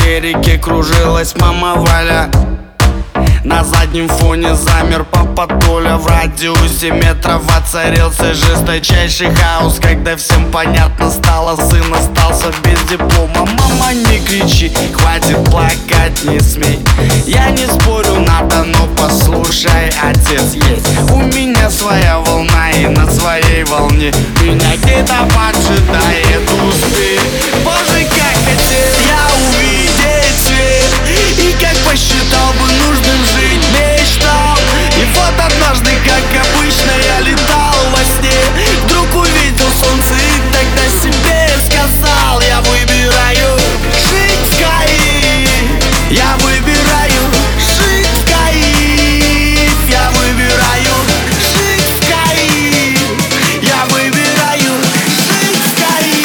перике кружилась мама Валя. На заднем фоне замер папа Толя. В радиусе метров воцарился жесточайший хаос, когда всем понятно стало: сын остался без диплома. Мама, не кричи, хватит плакать, не смей. Я не спорю, надо, но послушай, отец есть. У меня своя волна, и на своей волне меня где-то поджидает успех. Боже, как хотел я увидеть свет, и как посчитал бы нужным жить, мечтал. И вот однажды, как обычно, я летал во сне, вдруг увидел солнце и тогда себе сказал: я выбираю жить в кайф, я выбираю жить в кайф, я выбираю жить в кайф, я выбираю жить в кайф.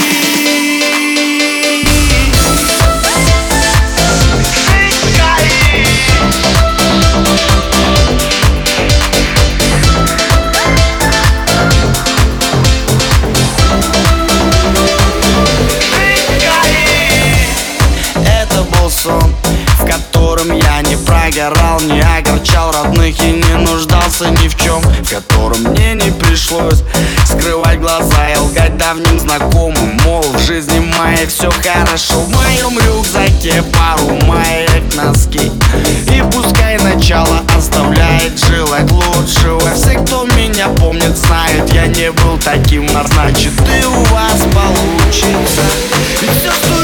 В котором я не прогорал, не огорчал родных и не нуждался ни в чем, в котором мне не пришлось скрывать глаза и лгать давним знакомым, мол, в жизни моей все хорошо. В моем рюкзаке пару маек, носки, и пускай начало оставляет желать лучшего. Все, кто меня помнит, знают, я не был таким, а значит и у вас получится. Ведь все, что